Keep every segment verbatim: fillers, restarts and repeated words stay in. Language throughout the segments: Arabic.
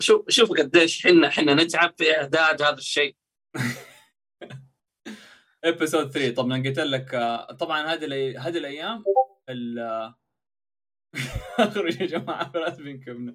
شوف شوف قديش حنا حنا نتعب في اعداد هذا الشيء. ابيسود ثلاثة. طبعا قلت لك طبعا هذه هذه الايام ال اخرج يا جماعه ثلاث منكم.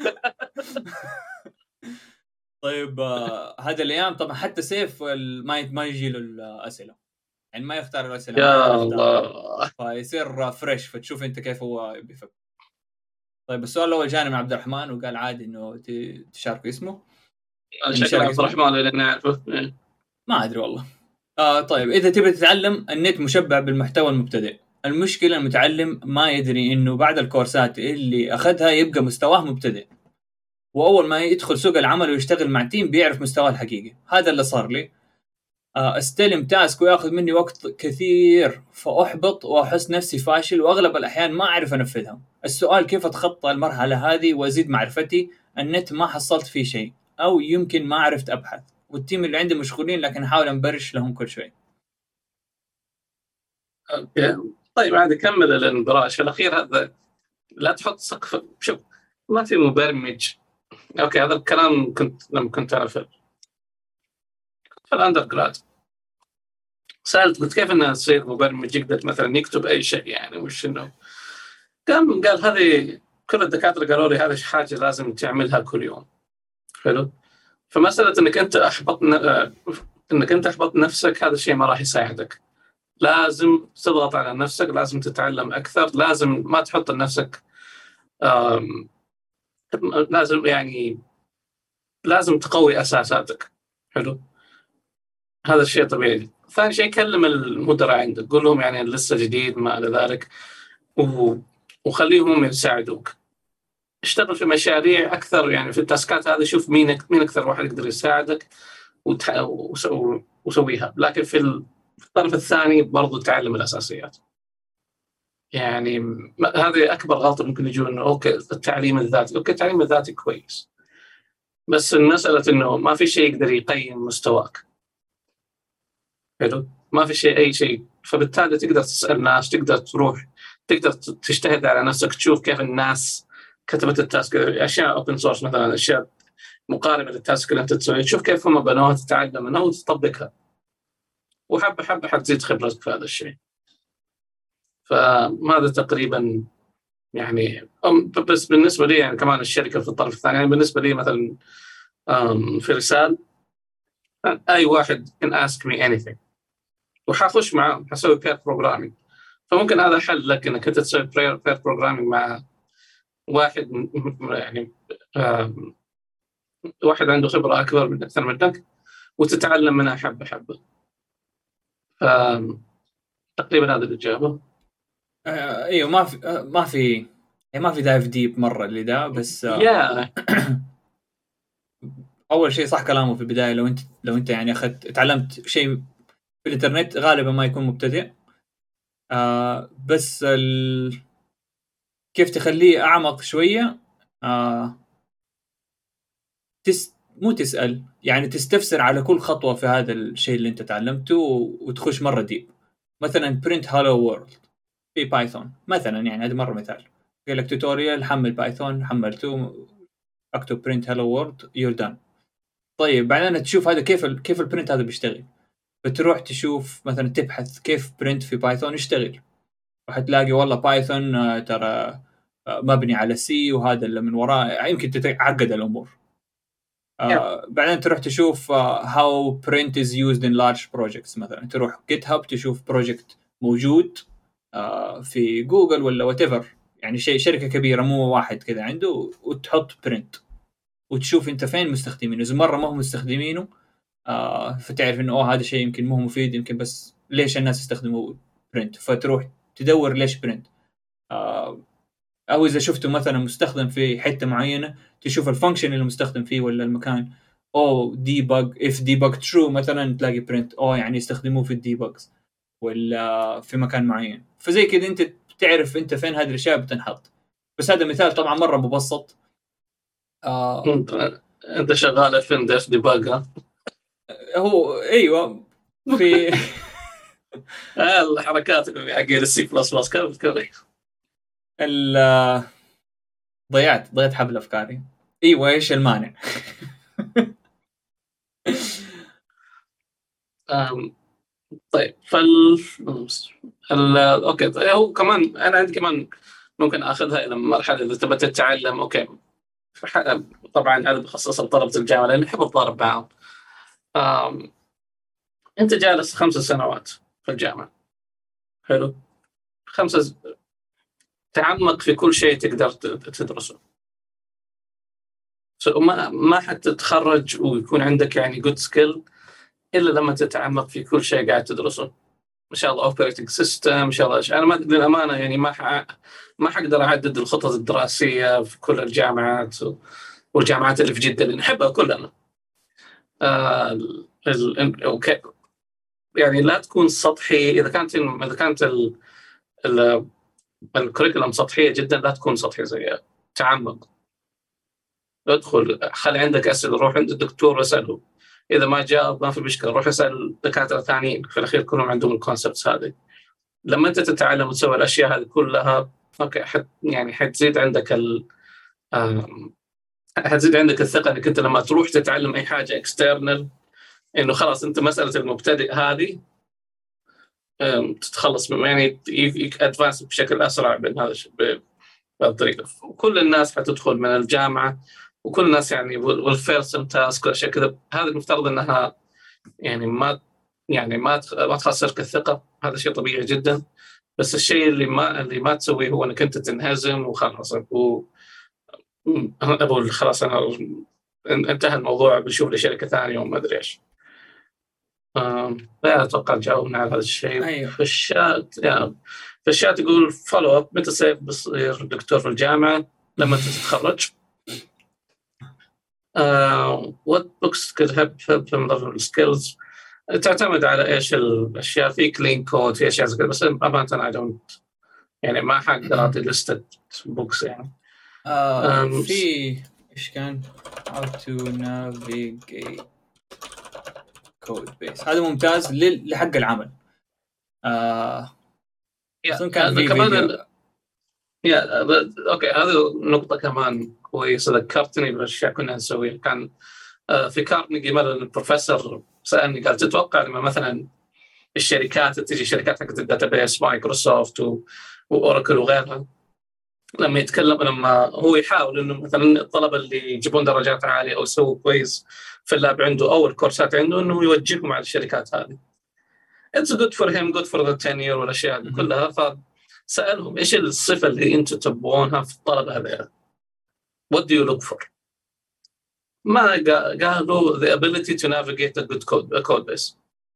طيب هذه الايام طبعا حتى سيف ما ما يجي له الاسئله، يعني ما يختار الاسئله يا الله، فيصير فريش، فتشوف انت كيف هو بيفكر. طيب السؤال الاول جاني من عبد الرحمن وقال عادي انه تشارك اسمه. شكله عبد الرحمن اللي نعرفه ما ادري والله. آه طيب اذا تبي تتعلم النت مشبع بالمحتوى المبتدئ. المشكله المتعلم ما يدري انه بعد الكورسات اللي اخذها يبقى مستواه مبتدئ، واول ما يدخل سوق العمل ويشتغل مع تيم بيعرف مستواه الحقيقي. هذا اللي صار لي. آه استلم تاسك وياخذ مني وقت كثير، فاحبط واحس نفسي فاشل، واغلب الاحيان ما اعرف انفذها. السؤال كيف اتخطى المرحله هذه وازيد معرفتي؟ النت ما حصلت فيه شيء، او يمكن ما عرفت ابحث، والتيم اللي عندي مشغولين، لكن احاول انبرش لهم كل شوي. اوكي طيب عادي كمل الانبراش الاخير هذا. لا تحط سقف. شوف ما في مبرمج. اوكي هذا الكلام كنت لما كنت انا في في الاندر جراد سالت قلت كيف انه يصير مبرمج يقدر مثلا يكتب اي شيء، يعني وش انه قام قال هذه كل الدكاتره قالوا لي هذه حاجه لازم تعملها كل يوم. حلو. فمساله انك انت احبط ن... انك انت احبط نفسك هذا الشيء ما راح يساعدك. لازم تضغط على نفسك، لازم تتعلم اكثر، لازم ما تحط لنفسك أم... لازم يعني لازم تقوي اساساتك. حلو. هذا الشيء طبيعي. ثاني شيء كلم المدراء عندك، قول لهم يعني لسه جديد ما إلى ذلك، و... وخليهم يساعدوك. اشتغل في مشاريع أكثر، يعني في التاسكات هذه شوف مين مين أكثر واحد يقدر يساعدك وتح... وسو... وسويها. لكن في الطرف الثاني برضو تعلم الأساسيات. يعني هذه أكبر غلطة ممكن يجوا إنه أوكي التعليم الذاتي، أوكي التعليم الذاتي كويس، بس المسألة إنه ما في شيء يقدر يقيم مستواك. حلو. ما في شيء أي شيء، فبالتالي تقدر تسأل ناس، تقدر تروح تقدر تجتهد على نفسك، تشوف كيف الناس كتبت التاسك، أشياء أوبن سورس مثلا، أشياء مقاربة للتاسك اللي أنت تسويه، تشوف كيف هم بنوها، تتعلم منها وتطبقها، وحبة حبة حتزيد خبرتك في هذا الشيء. فهذا تقريبا يعني بس بالنسبة لي، يعني كمان الشركة في الطرف الثاني، يعني بالنسبة لي مثلا في رسالة أي واحد can ask me anything وحاخش معه حسوي pair programming. فممكن هذا حل لك انك انت تسوي pair programming مع واحد يعني واحد عنده خبرة أكبر من أكثر منك وتتعلم منها حبة حبة. تقريبا هذا الإجابة. آه ايوه ما في آه ما في يعني ما في دايف ديب مرة اللي ده بس آه yeah. اول شيء صح كلامه في البداية، لو انت لو انت يعني اخذت تعلمت شيء في الانترنت غالبا ما يكون مبتدئ. آه بس ال... كيف تخليه اعمق شوية؟ آه تس... مو تسأل، يعني تستفسر على كل خطوة في هذا الشيء اللي انت تعلمته وتخش مرة ديب. مثلا print hello world في بايثون مثلا، يعني هذا مرة مثال. قال لك توتوريال حمل بايثون، حملته اكتب print hello world you're done. طيب بعدين تشوف هذا كيف ال... كيف البرنت هذا بيشتغل، بتروح تشوف مثلا تبحث كيف برنت في بايثون يشتغل، وحتلاقي والله بايثون ترى مبني على سي وهذا اللي من وراه يمكن تتعقد الامور. آه بعدين تروح تشوف uh, how print is used in large projects. مثلا تروح GitHub تشوف بروجكت موجود uh, في جوجل ولا whatever، يعني شيء شركة كبيرة مو واحد كذا عنده، وتحط print وتشوف انت فين مستخدمينه. اذا مرة ما هم مستخدمينه آه فتعرف انه اوه هذا شيء يمكن مو مفيد، يمكن بس ليش الناس يستخدموا print، فتروح تدور ليش print. آه او اذا شفته مثلا مستخدم في حته معينه تشوف الفانكشن اللي مستخدم فيه ولا المكان. او debug if debug true مثلا تلاقي print، او يعني يستخدموه في الديباجز ولا في مكان معين. فزي كده انت بتعرف انت فين هذه الاشياء بتنحط. بس هذا مثال طبعا مره مبسط. آه انت شغال في اندف ديباج. هو ايوه في الحركات اللي حق السي بلس بلس كم كم ال ضيعت ضيعت حبل افكاري. ايوه ايش المانع؟ أم، طيب فال ال... اوكي طيب هو كمان انا عندي كمان ممكن اخذها الى مرحله اذا تبى تتعلم اوكي ح- طبعا هذا بخصص لطلبه الجامعه لان احب اتضارب معهم. أم... انت جالس خمس سنوات في الجامعه، حلو، خمسة س- تعمق في كل شيء تقدر ت- تدرسه. So ما ما حتتخرج ويكون عندك يعني جود سكيل الا لما تتعمق في كل شيء قاعد تدرسه. ان شاء الله اوبريتنج سيستم ان شاء الله. انا ما للامانه يعني ما ح... ما حقدر اعدد الخطط الدراسيه في كل الجامعات و... والجامعات اللي في جده اللي نحبها كلنا. آه ال... ال... أوكي. يعني لا تكون سطحي. اذا كانت اذا كانت ال... ال... الكوريكولم سطحيه جدا لا تكون سطحي زيها. تعمق، ادخل، خلي عندك اسئله، روح عند الدكتور واساله، اذا ما جاوب ما في مشكله، روح اسال دكاتره ثانيين في الاخير كلهم عندهم الكونسبتس هذه. لما انت تتعلم وتسوي الاشياء هذه كلها اوكي حت يعني حتزيد عندك ال آم، حتزيد عندك الثقه انك انت لما تروح تتعلم اي حاجه اكسترنال انه خلاص انت مساله المبتدئ هذه آم، تتخلص من يعني ادفانس بشكل اسرع من هذا الشيء ب- بهالطريقه. وكل الناس حتدخل من الجامعه وكل الناس يعني والفيرست تاسك والاشياء كذا هذا المفترض انها يعني ما يعني ما تخ- ما تخسرك الثقه. هذا شيء طبيعي جدا. بس الشيء اللي ما اللي ما تسويه هو انك انت تنهزم وخلاص و اقول خلاص انا انتهى الموضوع بنشوف لي شركه ثانيه وما ادري ايش. آم، لا اتوقع جاوبنا على هذا الشيء. ايوه في الشات يعني في الشات يقول فولو اب متى سيف بصير دكتور في الجامعه لما انت تتخرج. وات بوكس could help help them learn skills. تعتمد على ايش الاشياء في كلين كود في اشياء زي كذا بس امانه انا دونت يعني ما حقدر اعطي لستة بوكس يعني. آه أم، في ايش كان how to navigate code base هذا ممتاز لل- لحق العمل. آه يا اصلا كان أنا في كمان فيديو. ال- يا ب- اوكي هذه نقطة كمان كويسة ذكرتني بالاشياء كنا نسويها. كان آه، في كارنيجي مرة البروفيسور سألني قال تتوقع لما مثلا الشركات تجي شركات حقت الداتابيس مايكروسوفت و- واوراكل وغيرها لما يتكلم لما هو يحاول انه مثلا الطلبه اللي يجيبون درجات عاليه او يسووا كويس في اللاب عنده او الكورسات عنده انه يوجههم على الشركات هذه. It's good for him good for the tenure والاشياء هذه كلها. فسالهم ايش الصفه اللي انتم تبغونها في الطلبه هذول؟ What do you look for؟ ما قا- قالوا the ability to navigate a good code a code base.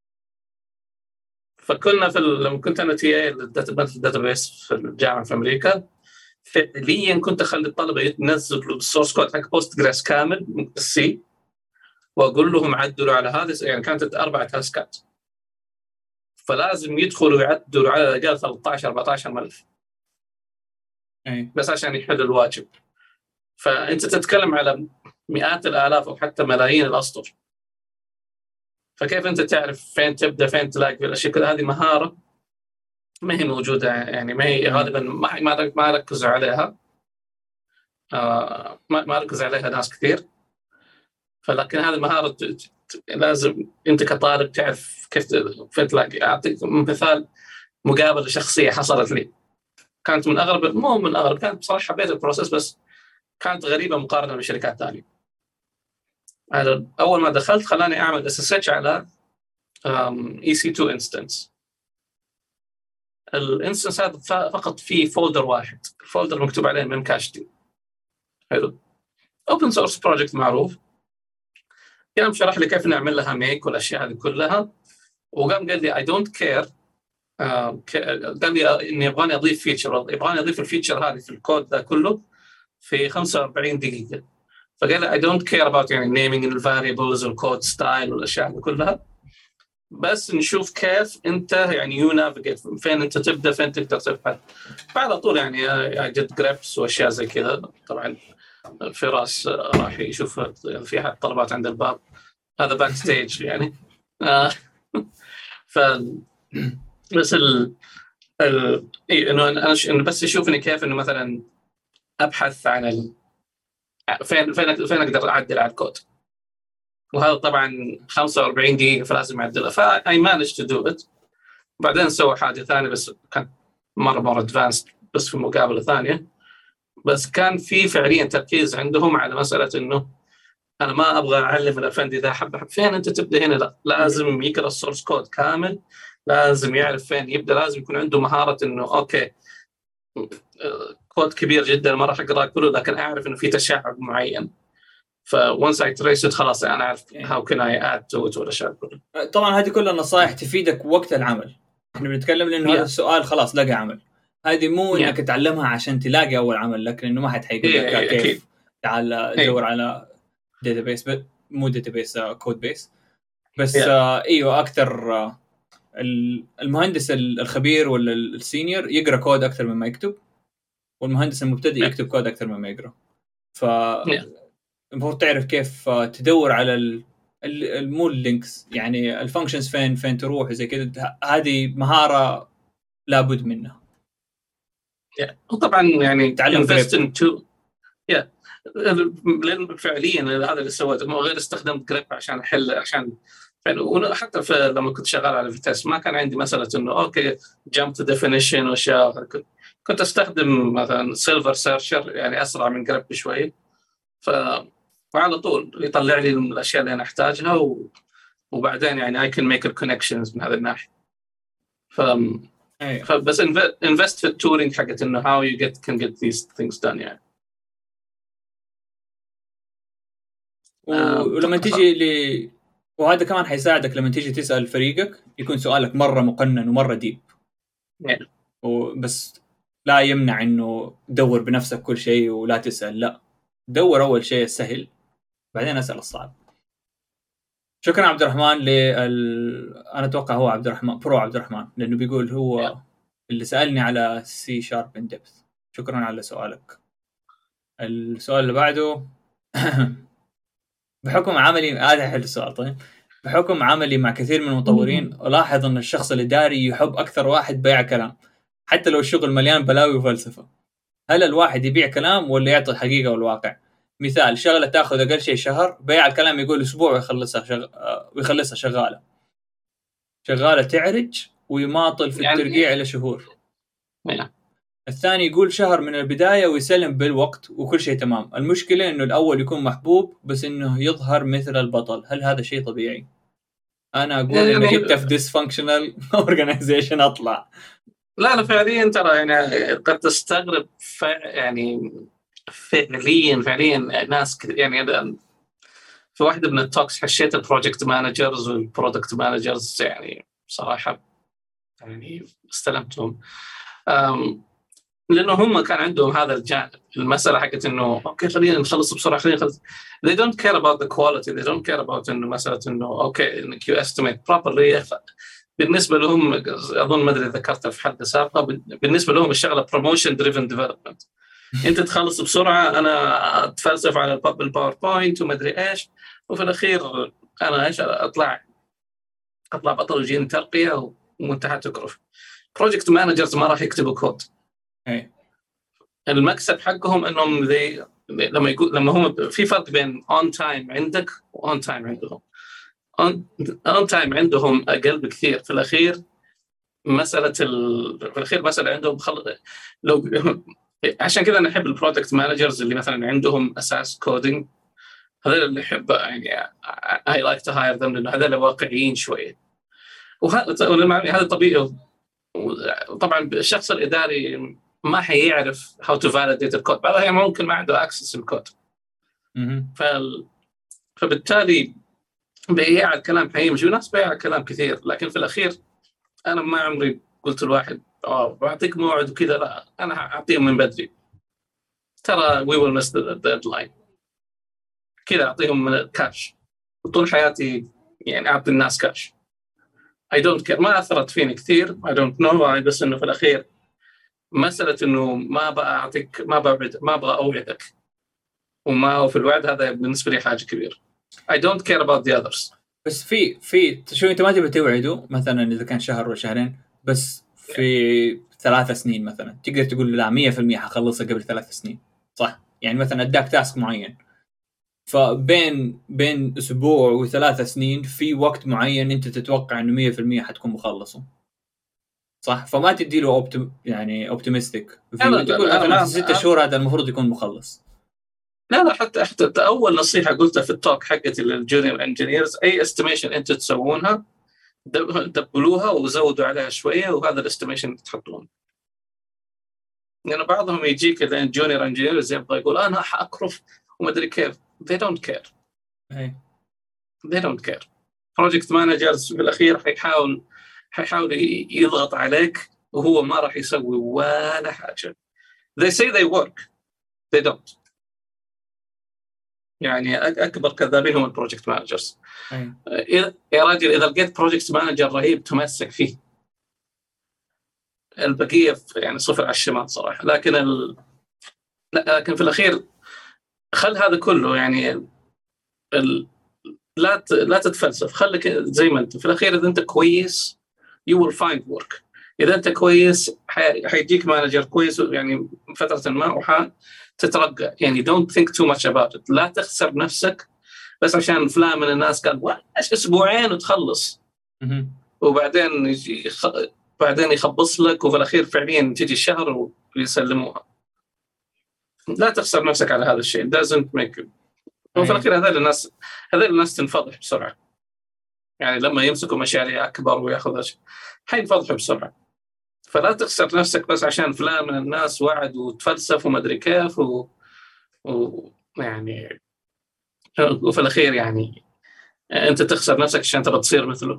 فكنا في ال- لما كنت انا تي اي الداتابيس في الجامعه في امريكا فعليا كنت اخلي الطلبه ينزلوا السورس كود حق بوست جراس كامل السي واقول لهم عدلوا على هذا يعني كانت اربع تاسكات فلازم يدخلوا يعدلوا على الاقل ثلاثة عشر أربعة عشر ملف أي. بس عشان يحلوا الواجب. فانت تتكلم على مئات الالاف او حتى ملايين الاسطر. فكيف انت تعرف فين تبدا فين تلاقي في الاشياء كذا؟ هذه مهاره ما هي موجوده يعني ما هي غالبا ما ما ما ركزوا عليها. آه ما ما ركز عليها ناس كثير. فلكن هذه المهاره ت- ت- لازم انت كطالب تعرف كيف ت- فين تلاقي. اعطيك مثال مقابله شخصيه حصلت لي كانت من اغرب مو من اغرب كانت بصراحه حبيت البروسيس بس كانت غريبه مقارنه بشركات ثانيه. اول ما دخلت خلاني اعمل اس اس اتش على اي سي تو انستنس. الانستنس هذا فقط فيه فولدر واحد الفولدر مكتوب عليه ميم كاشتي. حلو اوبن سورس بروجكت معروف. قام شرح لي كيف نعمل لها ميك والاشياء هذه كلها وقام قال لي اي دونت كير. قال لي اني يبغاني اضيف فيتشر يبغاني اضيف الفيتشر هذه في الكود ذا كله في خمسة وأربعين دقيقه. فقال لي I don't care about يعني naming الفاريبلز والكود ستايل والاشياء هذه كلها بس نشوف كيف انت يعني يو نافيجيت فين انت تبدا فين تقدر تبحث. فعلى طول يعني اجد جريبس واشياء زي كذا. طبعا فراس راح يشوف في حد طلبات عند الباب هذا باك ستيج يعني. ف بس ال ال إيه انه انا إنه بس يشوفني كيف انه مثلا ابحث عن ال فين فين فين اقدر اعدل على الكود، وهذا طبعا خمسة وأربعين دقيقه فلازم اعدلها. فاي مانج تو دو ات. بعدين سوى حاجه ثانيه بس كان مره مره ادفانسد بس في مقابله ثانيه، بس كان في فعليا تركيز عندهم على مساله انه انا ما ابغى اعلم الافندي ذا حبه حبه فين انت تبدا هنا، لا لازم يقرا السورس كود كامل، لازم يعرف فين يبدا، لازم يكون عنده مهاره انه اوكي كود كبير جدا ما راح اقراه كله لكن اعرف انه في تشعب معين. ف once I trace it خلاص انا اعرف how can I add to it والاشياء كلها. طبعا هذه كلها النصائح تفيدك وقت العمل. احنا بنتكلم لانه yeah. هذا السؤال خلاص لقى عمل، هذه مو انك yeah. تعلمها عشان تلاقي اول عمل، لكن انه ما حد حيقول لك yeah, كيف yeah. تعال دور yeah. على داتابيس، مو داتابيس كود بيس بس yeah. آه ايوه اكثر آه المهندس الخبير ولا السينيور يقرا كود اكثر مما يكتب، والمهندس المبتدئ yeah. يكتب كود اكثر مما يقرا. ف yeah. المفروض تعرف كيف تدور على المو اللينكس، يعني الفانكشنز فين فين تروح زي كده، هذه مهارة لابد منها. yeah. وطبعا يعني تعلم invest into yeah. لأن فعليا هذا اللي سويته، مو غير استخدمت جريب عشان أحل عشان حتى في لما كنت شغال على فيتاس ما كان عندي مسألة إنه أوكي jump to definition وأشياء، كنت أستخدم مثلا سيلفر سيرشر يعني أسرع من جريب بشوي، ف وعلى طول يطلع لي الأشياء اللي أنا أحتاجها و... وبعدين يعني I can make a connections من هذا الناحية. ف... أيوة. فبس invest في التورينج حقت إنه how you get can get these things done يعني. و... ولما تيجي ل... وهذا كمان حيساعدك لما تيجي تسأل فريقك يكون سؤالك مرة مقنن ومرة ديب. yeah. وبس لا يمنع إنه دور بنفسك كل شيء ولا تسأل، لا دور أول شيء السهل بعدين أسأل الصعب. شكرا عبد الرحمن لل... أنا أتوقع هو عبد الرحمن برو عبد الرحمن، لأنه بيقول هو yeah. اللي سألني على سي شارب إن ديبث. شكرا على سؤالك. السؤال اللي بعده بحكم عملي هذا حل السؤال. طيب بحكم عملي مع كثير من المطورين ألاحظ أن الشخص الإداري يحب أكثر واحد بيع كلام حتى لو الشغل مليان بلاوي وفلسفة. هل الواحد يبيع كلام ولا يعطي الحقيقة والواقع؟ مثال شغلة تأخذ أقل شيء شهر، بيع الكلام يقول أسبوع ويخلصها شغ... ويخلصها شغالة شغالة تعرج ويماطل في يعني الترقيع إلى شهور. يعني. الثاني يقول شهر من البداية ويسلم بالوقت وكل شيء تمام. المشكلة إنه الأول يكون محبوب بس إنه يظهر مثل البطل. هل هذا شيء طبيعي؟ أنا أقول يعني إنه جبت في dysfunctional organization أطلع. لا لا فعليا ترى يعني قد تستغرب ف... يعني فعليا فعليا ناس ك... يعني في واحدة من التوكس حشيت البروجكت مانجرز والبرودكت مانجرز يعني بصراحة يعني استلمتهم أم... لأنه هم كان عندهم هذا الجانب المسألة حقت إنه أوكي خلينا نخلص بسرعة خلينا نخلص. They don't care about the quality. They don't care about إنه مسألة إنه أوكي إنك you estimate properly. بالنسبة لهم أظن ما أدري ذكرتها في حلقة سابقة، بالنسبة لهم الشغلة promotion driven development. أنت تخلص بسرعة أنا أتفلسف على الباوربوينت وما أدري إيش، وفي الأخير أنا إيش أطلع أطلع بطل وجين ترقية ومنتهى تكرف. project managers ما راح يكتبوا كود. Hey. المكسب حقهم إنهم ذي لما يقول لما هم في فرق بين on time عندك و on time عندهم. on time عندهم أقل بكثير. في الأخير مسألة ال... في الأخير مسألة عندهم خل... لو عشان كذا أنا أحب البرودكت مانجرز اللي مثلا عندهم أساس كودينج. هذول اللي أحب يعني I like to hire them لأنه هذول واقعيين شوية. وهذا هذا طبيعي. طبعا الشخص الإداري ما حيعرف how to validate الكود، بعدها ممكن ما عنده access للكود. ف... فبالتالي بيع الكلام حيمشي وناس بيع الكلام كثير، لكن في الأخير أنا ما عمري قلت الواحد آه بعطيك موعد وكذا، لا أنا أعطيهم من بدري ترى we will miss the deadline كذا، أعطيهم كاش وطول حياتي يعني أعطي الناس كاش. I don't care. ما أثرت فيني كثير I don't know why، بس إنه في الأخير مسألة إنه ما بقى أعطيك ما ببعد ما أبغى أوعدك وما في الوعد هذا بالنسبة لي حاجة كبيرة. I don't care about the others. بس في في شو أنت ما تبي توعده مثلا إذا كان شهر ولا شهرين، بس في ثلاث سنين مثلا تقدر تقول لا مية في المية حخلصها قبل ثلاث سنين صح؟ يعني مثلا اداك تاسك معين، فبين بين اسبوع وثلاثة سنين في وقت معين انت تتوقع انه مية بالمية حتكون مخلصه، صح؟ فما تدي له أوبتم... يعني اوبتيمستيك في تقول مثلا في ستة شهور هذا المفروض يكون مخلص. لا لا حتى حتى اول نصيحه قلتها في التوك حقتي للجونيور انجينيرز، اي استيميشن انت تسوونها دبلوها وزودوا عليها شويه، وهذا الاستيميشن تحطونه. لأن يعني بعضهم يجيك لين جونيور انجينيرز يبغى يقول انا حاكرف وما ادري كيف. they don't care hey. they don't care. project managers في الاخير حيحاول حيحاول يضغط عليك وهو ما راح يسوي ولا حاجه. they say they work they don't. يعني اكبر كذابين هم البروجكت مانجرز. يا راجل اذا لقيت بروجكت مانجر رهيب تمسك فيه، البقيه يعني صفر على الشمال صراحه. لكن ال... لكن في الاخير خل هذا كله يعني ال... لا ت... لا تتفلسف، خليك زي ما انت. في الاخير اذا انت كويس you will find work. اذا انت كويس حي... حيجيك مانجر كويس يعني فتره ما وح تترقى. يعني don't think too much about it. لا تخسر نفسك بس عشان فلان من الناس قال واش اسبوعين وتخلص وبعدين يجي خ... بعدين يخبص لك وفي الاخير فعليا تجي الشهر ويسلموها. لا تخسر نفسك على هذا الشيء. doesn't make it. وفي الاخير هذول الناس هذول الناس تنفضح بسرعه. يعني لما يمسكوا مشاريع اكبر وياخذ اشياء حينفضحوا بسرعه. فلا تخسر نفسك بس عشان فلان من الناس وعد وتفلسف وما ادري كيف و... و... يعني وفي الأخير يعني أنت تخسر نفسك عشان تبغى تصير مثله.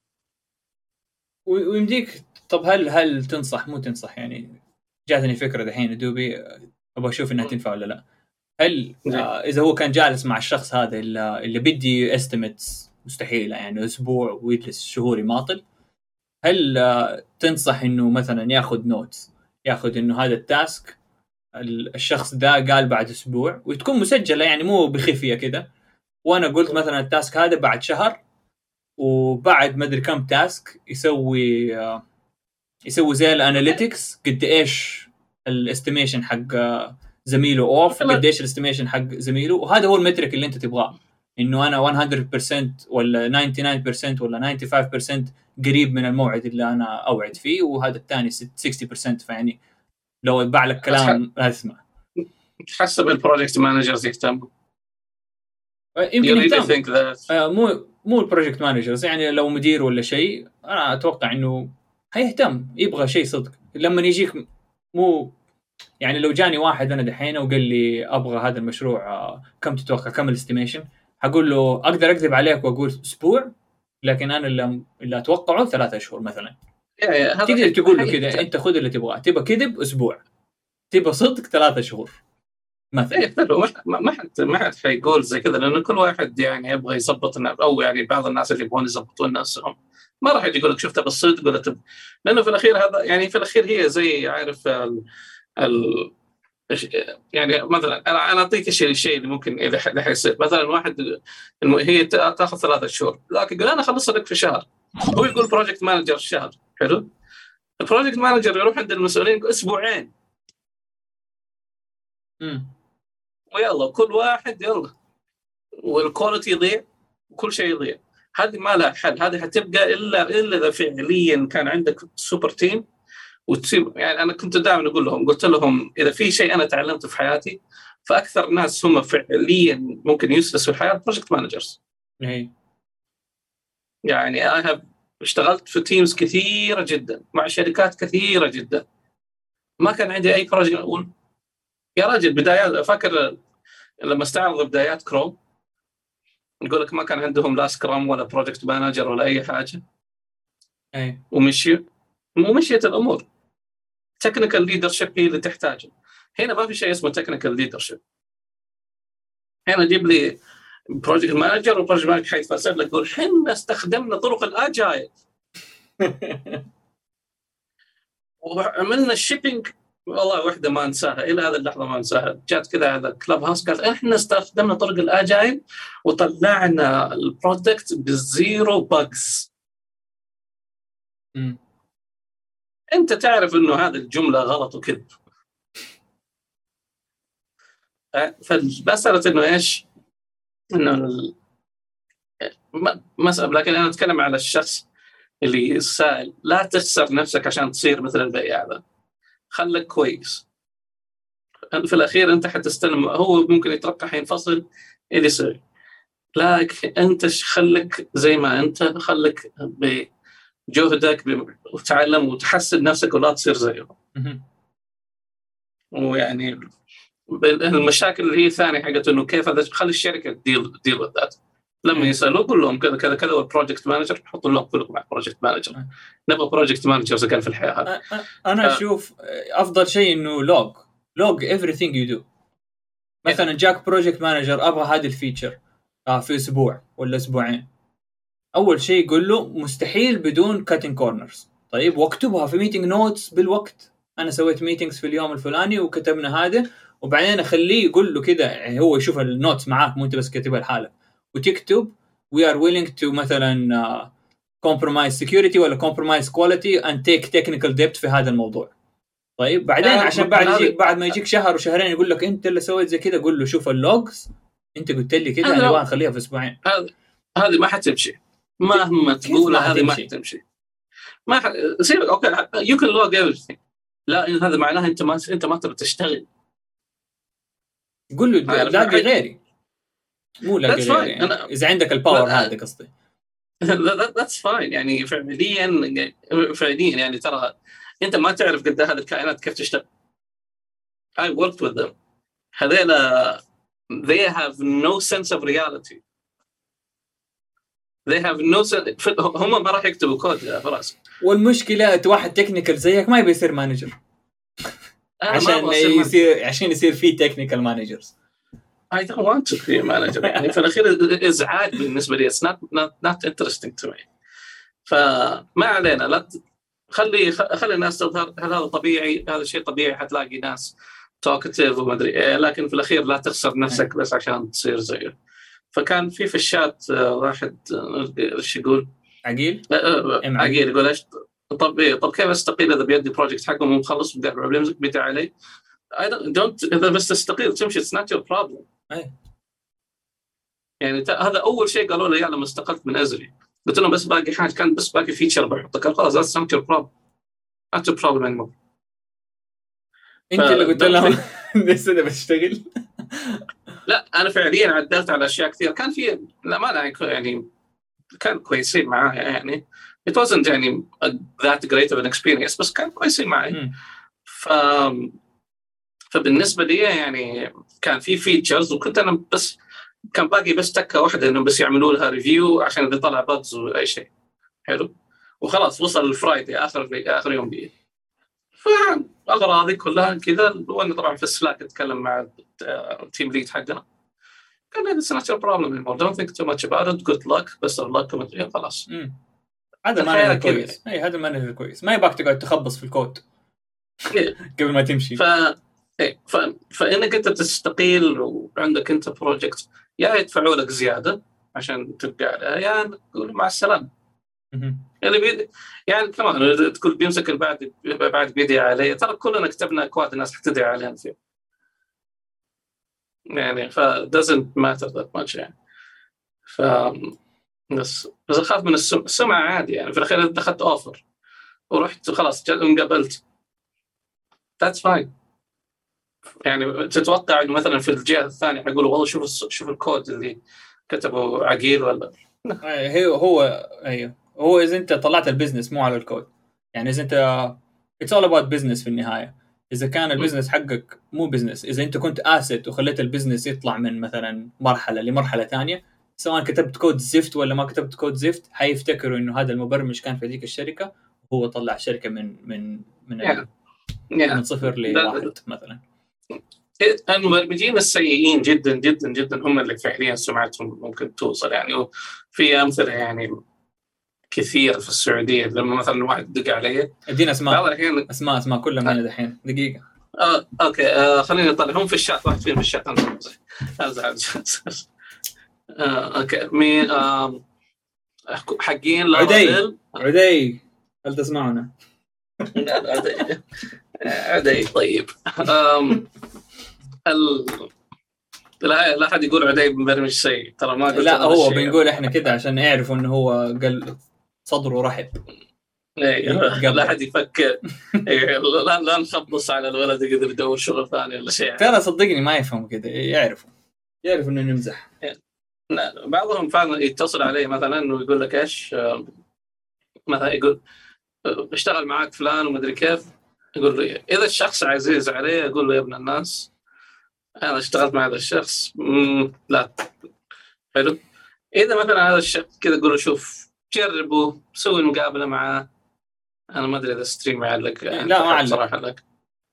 ويمديك طب هل هل تنصح مو تنصح يعني جاتني فكرة دحين دوبي أبغى أشوف إنها تنفع ولا لا. هل آه إذا هو كان جالس مع الشخص هذا اللي, اللي بدي estimates مستحيلة يعني أسبوع ويجلس شهوري ماطل، هل آه تنصح إنه مثلا ياخذ نوتس، ياخذ إنه هذا التاسك الشخص ده قال بعد أسبوع وتكون مسجلة يعني مو بخفية كده، وأنا قلت مثلا التاسك هذا بعد شهر وبعد ما ادري كم تاسك يسوي يسوي زي الاناليتكس قد ايش الاستيميشن حق زميله اوف قد ايش الاستيميشن حق زميله، وهذا هو المترك اللي انت تبغاه، انه انا مية بالمية ولا تسعة وتسعين بالمية ولا خمسة وتسعين بالمية قريب من الموعد اللي انا اوعد فيه، وهذا الثاني ستين بالمية. فيعني لو يبع لك كلام اسمع حسب البروجكت مانجرز يهتموا يمكن يهتم مو مو البروجكت مانجرز يعني لو مدير ولا شيء انا اتوقع انه هيهتم يبغى شيء صدق. لما يجيك مو يعني لو جاني واحد انا دحين وقال لي ابغى هذا المشروع كم تتوقع كم الاستيميشن، هقول له اقدر اكذب عليك واقول اسبوع لكن انا اللي, اللي اتوقعه ثلاثة اشهر مثلا. تقدر تقول له كذا انت خذ اللي تبغاه، تبغى كذب اسبوع، تبغى صدق ثلاثة شهور مثلا. إيه ما حد ما حد حيقول زي كذا لأن كل واحد يعني يبغى يضبط أو يعني بعض الناس اللي يبغون يضبطون نفسهم ما راح يجي يقول لك شفته بالصدق ولا تب... لأنه في الأخير هذا يعني في الأخير هي زي عارف ال... ال... يعني مثلا أنا أنا أعطيك الشيء الشيء اللي ممكن إذا إذا حيصير مثلا واحد هي تأخذ ثلاثة شهور لكن يقول أنا أخلص لك في شهر، هو يقول بروجكت مانجر شهر حلو، البروجكت مانجر يروح عند المسؤولين يقول أسبوعين امم ويلا كل واحد يلا والكواليتي يضيع وكل شيء يضيع. هذه ما لها حل، هذه حتبقى إلا إلا إذا فعليا كان عندك سوبر تيم وتسيب. يعني أنا كنت دائما أقول لهم قلت لهم إذا في شيء أنا تعلمته في حياتي فأكثر ناس هم فعليا ممكن يسلسوا الحياة بروجكت مانجرز. يعني أنا اشتغلت في تيمز كثيرة جدا مع شركات كثيرة جدا ما كان عندي أي بروجكت أقول يا راجل بدايات. فاكر لما استعرض بدايات كروم نقول لك ما كان عندهم لا سكرام ولا بروجكت مانجر ولا أي حاجة أي. ومشي ومشيت الأمور. تكنيكال ليدرشيب هي اللي تحتاجه. هنا ما في شيء اسمه تكنيكال ليدرشيب. هنا جيب لي بروجكت مانجر وبروجكت مانجر حيتفلسف لك يقول حنا استخدمنا طرق الأجايل وعملنا الشيبينج. والله واحدة ما انساها إلى هذه اللحظة ما انساها. جات كذا هذا كلاب هاوس قالت إحنا استخدمنا طرق الأجايل وطلعنا البرودكت بالزيرو باجز. م. أنت تعرف إنه هذه الجملة غلط وكذب. فمسألة إنه إيش إنه ال... مسألة، لكن أنا أتكلم على الشخص اللي السائل، لا تخسر نفسك عشان تصير مثل البياع هذا، خلك كويس. في الأخير أنت حتستلم، هو ممكن يترقى حينفصل اللي يصير، لكن أنت خلك زي ما أنت، خلك بجهدك وتعلم وتحسن نفسك ولا تصير زيهم. ويعني المشاكل اللي هي ثانية حقت إنه كيف هذا، خلي الشركة ديل ديل بالذات. لما يسألوا قول لهم كذا كذا كذا، والبروجكت مانجر حطوا لهم كلكم مع بروجكت مانجر. نبغى بروجكت مانجر كان في الحياة هذا. أنا أشوف أفضل شيء إنه لوج لوج everything you do. مثلا جاك بروجكت مانجر أبغى هذه الفيتشر آه في أسبوع ولا أسبوعين، أول شيء يقول له مستحيل بدون cutting corners. طيب واكتبها في ميتينج نوتس بالوقت، أنا سويت ميتينجز في اليوم الفلاني وكتبنا هذا، وبعدين أخليه يقول له كده، يعني هو يشوف النوتس معاك مو أنت بس كاتبها لحالك، وتكتب we are willing to مثلا uh, compromise security ولا compromise quality and take technical depth في هذا الموضوع. طيب بعدين عشان بعد يجيك بعد ما يجيك شهر وشهرين يقول لك أنت اللي سويت زي كده، قول له شوف اللوجز أنت قلت لي كده، أنا أبغى نخليها في أسبوعين. هذه هذه ما حتمشي مهما تقول، هذه ما حتمشي. ما ح... سيبك أوكي you can log everything، لا هذا معناه أنت ما أنت ما تبي تشتغل. قول له لاقي غيري، مو لاقي غيري يعني. إذا عندك الباور هذا قصدي. that's fine يعني فعليا فعليا يعني ترى أنت ما تعرف قد هذه الكائنات كيف تشتغل. I worked with them. هذيلا they have no sense of reality. they have no sense. هم ما راح يكتبوا كود يا فراس. والمشكلة واحد تكنيكال زيك ما يبي يصير مانجر. عشان يصير عشان يصير فيه تكنيكال مانجرز. I don't want to be a manager. يعني في الأخير إزعاج بالنسبة لي. It's not not not interesting to me. فما علينا، لا خلي خلي الناس تظهر، هل هذا طبيعي؟ هذا شيء طبيعي، حتلاقي ناس talkative وما أدري إيه، لكن في الأخير لا تخسر نفسك بس عشان تصير زيه. فكان في في الشات واحد إيش يقول؟ عقيل؟ عقيل يقول إيش؟ طب طب كيف أستقيل إذا بيدي بروجكت حقه مو مخلص وقاعد بروبلمز بيدي عليه؟ I don't, don't إذا بس تستقيل تمشي it's not your problem. أي. يعني هذا أول شيء قالوا لي لما استقلت من أزري، قلت لهم بس باقي حاجة، كان بس باقي فيتشر بحطك، خلاص that's not your problem. not your problem anymore. أنت اللي قلت لهم لسه أنا بشتغل. لا أنا فعليا عدلت على أشياء كثير، كان في لا ما لا يعني كان كويسين معايا يعني it wasn't يعني that great of an experience بس كان كويسين معي. ف فبالنسبة لي يعني كان في فيتشرز وكنت أنا بس كان باقي بس تكة واحدة إنه بس يعملوا لها ريفيو عشان إذا طلع بجز وأي شيء حلو، وخلاص وصل الفرايدي آخر آخر يوم بيه. فالأغراض كلها كذا، وأنا طبعا في السلاك أتكلم مع التيم ليد حقنا، قال لي it's not your problem anymore, don't think too much about it, good luck, best of luck. خلاص. هذا ما كويس. أي هذا ما كويس، ما يبغاك تقعد تخبص في الكود قبل ما تمشي. ف إيه ف... فإنك أنت تستقيل وعندك أنت بروجكت، يا يدفعوا لك زيادة عشان تبقى عليها، يا تقول مع السلامة. يعني بيد... يعني كمان تقول بيمسك البعد بعد بيدي عليه، ترى كلنا كتبنا أكواد الناس حتدعي علينا فيه. يعني ف doesn't matter that much يعني. ف بس بس أخاف من السم... السمعة عادي يعني، في الأخير أنت أخذت أوفر ورحت خلاص انقبلت that's fine. يعني تتوقع إنه مثلاً في الجهة الثانية يقولوا والله شوف شوف الكود اللي كتبه عقيل ولا؟ هو هو أيوه هو إذا أنت طلعت البزنس مو على الكود، يعني إذا أنت it's all about business في النهاية. إذا كان البزنس حقك مو بزنس، إذا أنت كنت آسد وخليت البزنس يطلع من مثلاً مرحلة لمرحلة تانية، سواء كتبت كود زفت ولا ما كتبت كود زفت، حيفتكروا إنه هذا المبرمج كان في هذيك الشركة وهو طلع شركة من من من yeah. Yeah. من صفر لواحد مثلاً. المبرمجين السيئين جدا جدا جدا هم اللي فعليا سمعتهم ممكن توصل يعني. وفي أمثلة يعني كثير في السعودية، لما مثلا واحد دق علي ادينا اسماء اسماء اسماء كلها من الحين دقيقة. آه، اوكي آه، خليني اطلع هم في الشات، واحد فيهم في الشات انا آه، اوكي مين آه، حقين لا عدي عدي هل تسمعنا؟ عدي عدي طيب ال لا لا أحد يقول عدي مبرمج سيء ترى ما قلت لا هو بنقول إحنا كده عشان يعرفوا إنه هو قال صدره رحب. لا أحد يفكر لا لا نخبص على الولد يقدر يدور شغل ثاني ولا شيء. ترى صدقني ما يفهم كده، يعرفوا يعرفوا إنه نمزح. بعضهم فعلا يتصل عليه مثلا إنه يقول لك إيش مثلا، يقول اشتغل معك فلان ومدري كيف، يقول له إذا الشخص عزيز عليه يقول له يا ابن الناس أنا اشتغلت مع هذا الشخص لا حلو. إذا مثلا هذا الشخص كذا يقول له شوف جربه سوي مقابلة معاه، أنا ما أدري إذا ستريم يعلق لا ما علق صراحة لك،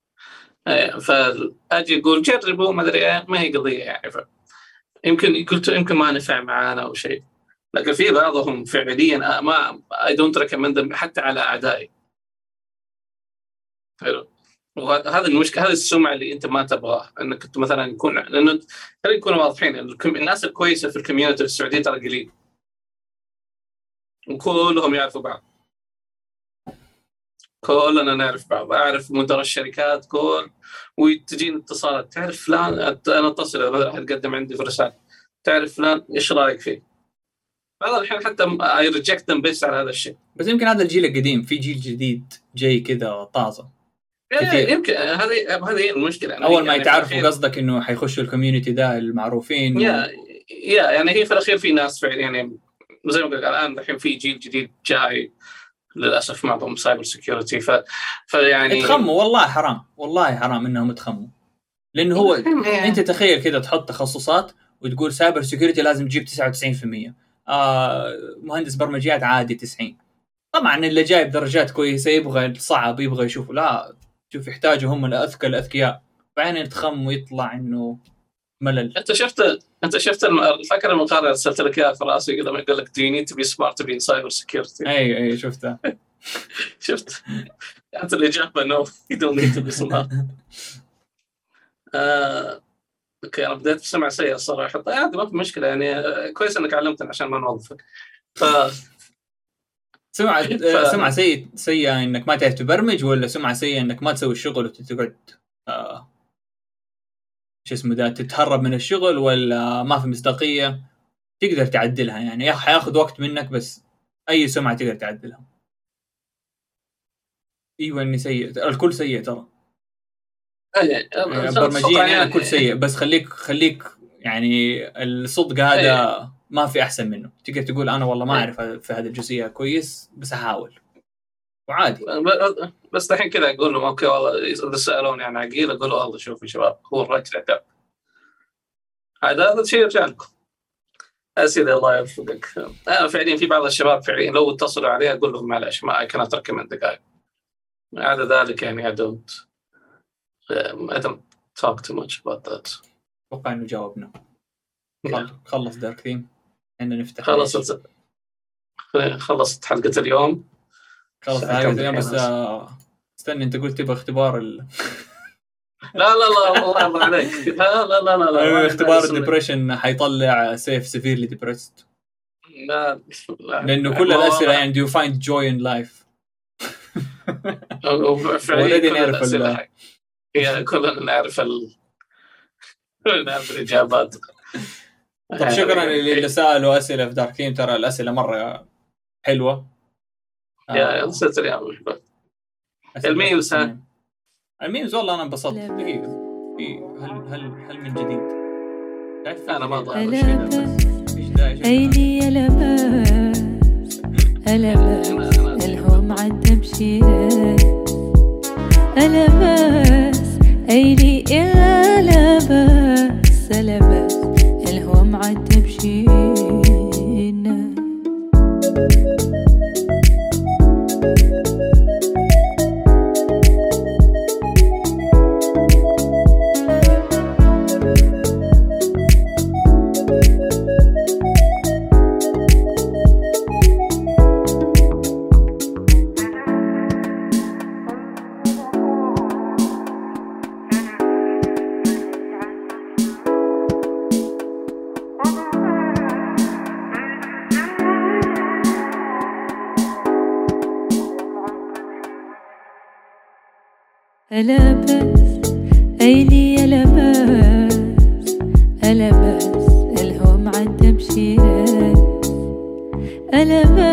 فأجي يقول جربه ما أدري إيه، ما هي قضية يعني. يمكن قلت يمكن ما نفع معانا أو شيء، لكن في بعضهم فعليا ما I don't recommend them حتى على أعدائي. حلو. وهذا المشكلة، هذه السمعة اللي أنت ما تبغاه، أنك أنت مثلا يكون، لأنه خلينا نكون واضحين، الناس الكويسة في الكوميونتي السعودية ترى قليل وكلهم يعرفوا بعض، كلنا نعرف بعض، أعرف مدراء الشركات كل، وتجين اتصالات تعرف فلان، أنا أتصل أحد قدم عندي في رسالة تعرف فلان إيش رأيك فيه. هذا الحين حتى I reject them بس على هذا الشيء. بس يمكن هذا الجيل القديم، في جيل جديد جاي كذا طازة كثير. يمكن هذه هذه المشكلة يعني أول ما يعني يتعرفوا قصدك إنه حيخشوا الكوميونتي ده المعروفين. يا يا يعني هي في الأخير في ناس فعلا يعني زي ما قلت الآن الحين في جيل جديد جاي للأسف معظم سايبر سيكيورتي، ف فيعني اتخموا والله حرام، والله حرام إنهم اتخموا، لأنه هو أنت تخيل كذا تحط تخصصات وتقول سايبر سيكيورتي لازم تجيب تسعة وتسعين بالمية، آه مهندس برمجيات عادي تسعين. طبعا اللي جايب درجات كويسة يبغى صعب يبغى يشوفه، لا شوف يحتاجوا هم الأذكى الأذكياء، بعدين يتخم ويطلع إنه ملل. أنت شفت أنت شفت الفكرة المقارنة أرسلت لك إياها في راسي لما يقول لك do you need to be smart to be in cyber security. أي أي شفتها. شفت أنت الإجابة no you don't need to be smart. آه... اوكي انا بديت بسمع سيء الصراحه، عادي ما في مشكله يعني، كويس انك علمتني عشان ما نوظفك. ف سمعة ف... سمعة سيء سيئة انك ما تعرف تبرمج، ولا سمعة سيئة انك ما تسوي الشغل وتقعد آه... شو اسمه ده تتهرب من الشغل، ولا ما في مصداقيه تقدر تعدلها؟ يعني حياخذ وقت منك، بس اي سمعة تقدر تعدلها. ايوه اني سيء، الكل سيء ترى برمجيا يعني الكل سيء، بس خليك خليك يعني الصدق هذا ما في احسن منه. تقدر تقول انا والله ما اعرف في هذه الجزئيه كويس بس احاول وعادي. بس الحين كذا اقول لهم اوكي والله اذا سالوني عن عقيل اقول له والله شوفوا يا شباب هو الرجل ده هذا هذا الشيء يرجع لكم اسيدي الله يوفقك. انا فعليا في بعض الشباب فعليا لو اتصلوا علي اقول لهم معلش ما كان اترك من دقائق هذا ذلك يعني I don't I don't talk too much about that. أتوقع إنه جاوبنا. خلص دارك ثيم إننا نفتح. خلصت خلصت حلقة اليوم. خلص حلقة اليوم بس استنى أنت قلت تبغى اختبار ال. لا لا لا والله الله عليك لا لا لا لا, لا. اختبار الديبريشن حيطلع سيف سيفيرلي ديبريست. لا لا لأنه كل الأسئلة يعني do you find joy in life. ولدي نعرف ال. هي كلنا نعرف ال نعرف الإجابات. طب شكرا اللي سألوا أسئلة في دارك ثيم، ترى الأسئلة مرة حلوة. يا ستر يا محبت. الميمز ها الميمز والله أنا انبسطت. دقيقة في هل هل هل من جديد؟ أنا ما ضايع. أيدي لباس ألباس الهم عدى بشيء ألباس أيدي إلا لباس لباس الهم عدى بشينا. ألباس أيدي لباس ألباس بشيرة ألا